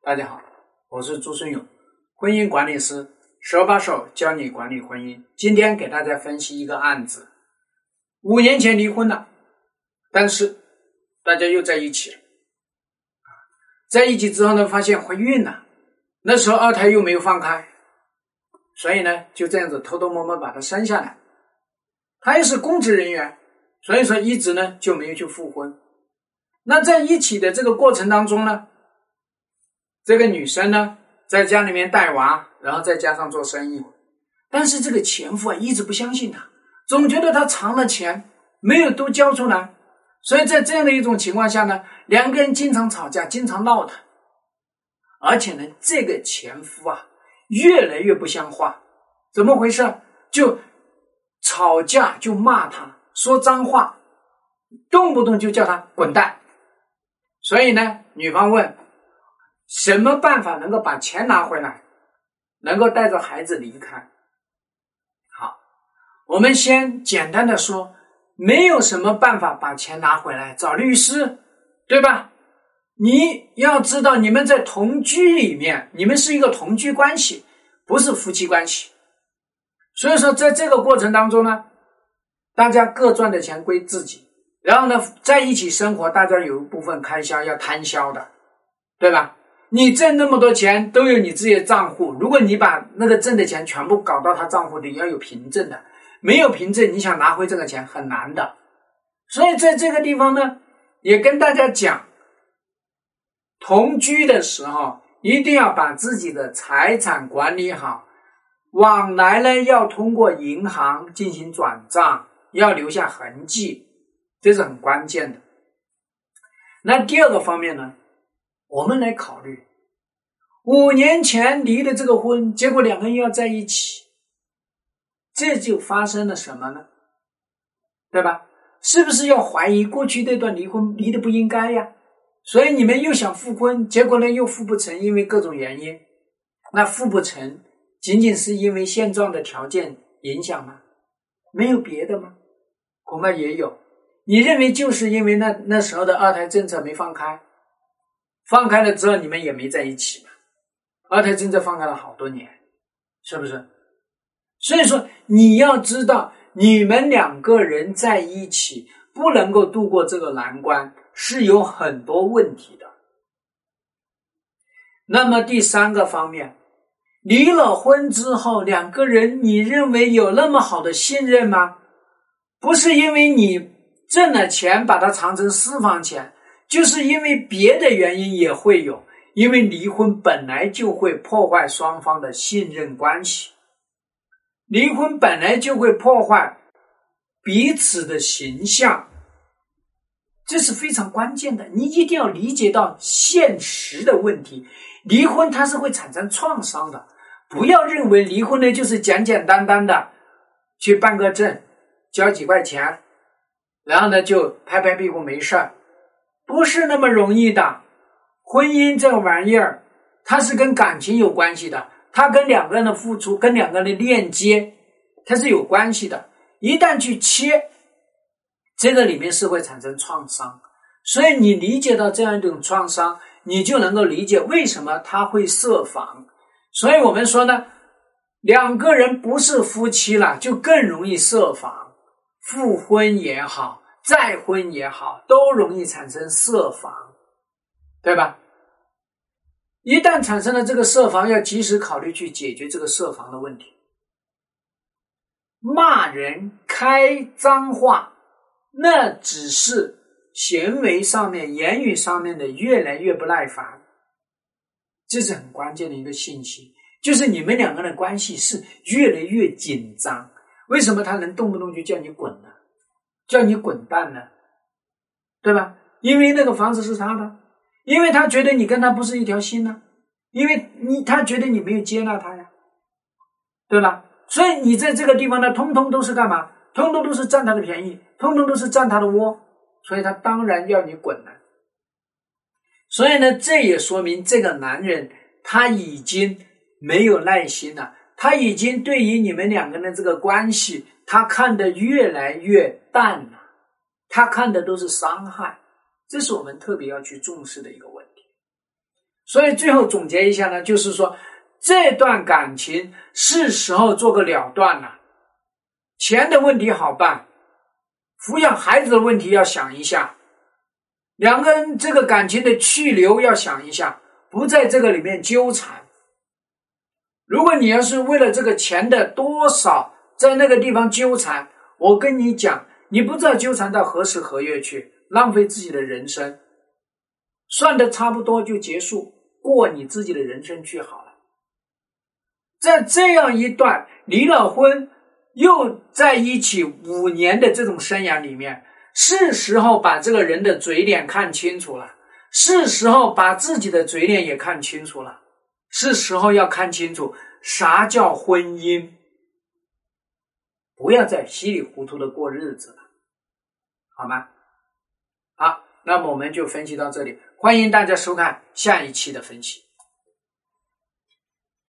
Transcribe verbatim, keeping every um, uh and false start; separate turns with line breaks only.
大家好，我是朱顺勇，婚姻管理师，手把手教你管理婚姻。今天给大家分析一个案子，五年前离婚了，但是大家又在一起了。在一起之后呢，发现怀孕了，那时候二胎又没有放开，所以呢，就这样子偷偷摸摸把它生下来。他也是公职人员，所以说一直呢就没有去复婚。那在一起的这个过程当中呢，这个女生呢在家里面带娃，然后再加上做生意，但是这个前夫啊一直不相信她，总觉得她藏了钱没有都交出来，所以在这样的一种情况下呢，两个人经常吵架，经常闹腾，而且呢这个前夫啊越来越不像话。怎么回事？就吵架就骂她，说脏话，动不动就叫她滚蛋。所以呢女方问，什么办法能够把钱拿回来，能够带着孩子离开？好，我们先简单的说，没有什么办法把钱拿回来，找律师，对吧？你要知道，你们在同居里面，你们是一个同居关系，不是夫妻关系。所以说在这个过程当中呢，大家各赚的钱归自己，然后呢在一起生活，大家有一部分开销要摊销的，对吧？你挣那么多钱都有你自己的账户，如果你把那个挣的钱全部搞到他账户里，要有凭证的，没有凭证你想拿回这个钱很难的。所以在这个地方呢，也跟大家讲，同居的时候一定要把自己的财产管理好，往来呢要通过银行进行转账，要留下痕迹，这是很关键的。那第二个方面呢，我们来考虑，五年前离的这个婚，结果两个人要在一起，这就发生了什么呢？对吧？是不是要怀疑过去这段离婚离得不应该呀？所以你们又想复婚，结果呢又复不成，因为各种原因。那复不成，仅仅是因为现状的条件影响吗？没有别的吗？恐怕也有。你认为就是因为那那时候的二胎政策没放开，放开了之后你们也没在一起嘛，二胎政策放开了好多年，是不是？所以说你要知道，你们两个人在一起不能够度过这个难关，是有很多问题的。那么第三个方面，离了婚之后，两个人你认为有那么好的信任吗？不是因为你挣了钱把它藏成私房钱，就是因为别的原因也会有，因为离婚本来就会破坏双方的信任关系，离婚本来就会破坏彼此的形象，这是非常关键的，你一定要理解到现实的问题。离婚它是会产生创伤的，不要认为离婚呢就是简简单单的去办个证，交几块钱，然后呢就拍拍屁股没事儿，不是那么容易的。婚姻这个玩意儿，它是跟感情有关系的，它跟两个人的付出，跟两个人的链接，它是有关系的。一旦去切，这个里面是会产生创伤。所以你理解到这样一种创伤，你就能够理解为什么他会设防。所以我们说呢，两个人不是夫妻了，就更容易设防。复婚也好，再婚也好，都容易产生设防，对吧？一旦产生了这个设防，要及时考虑去解决这个设防的问题。骂人开脏话，那只是行为上面言语上面的越来越不耐烦，这是很关键的一个信息，就是你们两个人的关系是越来越紧张。为什么他能动不动就叫你滚呢？叫你滚蛋呢？对吧？因为那个房子是他的，因为他觉得你跟他不是一条心呢，因为你他觉得你没有接纳他呀，对吧？所以你在这个地方呢，通通都是干嘛？通通都是占他的便宜，通通都是占他的窝，所以他当然要你滚了。所以呢，这也说明这个男人他已经没有耐心了，他已经对于你们两个人的这个关系，他看得越来越淡了，他看的都是伤害，这是我们特别要去重视的一个问题。 所以最后总结一下呢，就是说这段感情是时候做个了断了。钱的问题好办，抚养孩子的问题要想一下，两个人这个感情的去留要想一下，不在这个里面纠缠。如果你要是为了这个钱的多少在那个地方纠缠，我跟你讲，你不知道纠缠到何时何月去，浪费自己的人生，算得差不多就结束，过你自己的人生去好了。在这样一段离了婚又在一起五年的这种生涯里面，是时候把这个人的嘴脸看清楚了，是时候把自己的嘴脸也看清楚了，是时候要看清楚啥叫婚姻，不要再稀里糊涂的过日子了，好吗？好，那么我们就分析到这里，欢迎大家收看下一期的分析。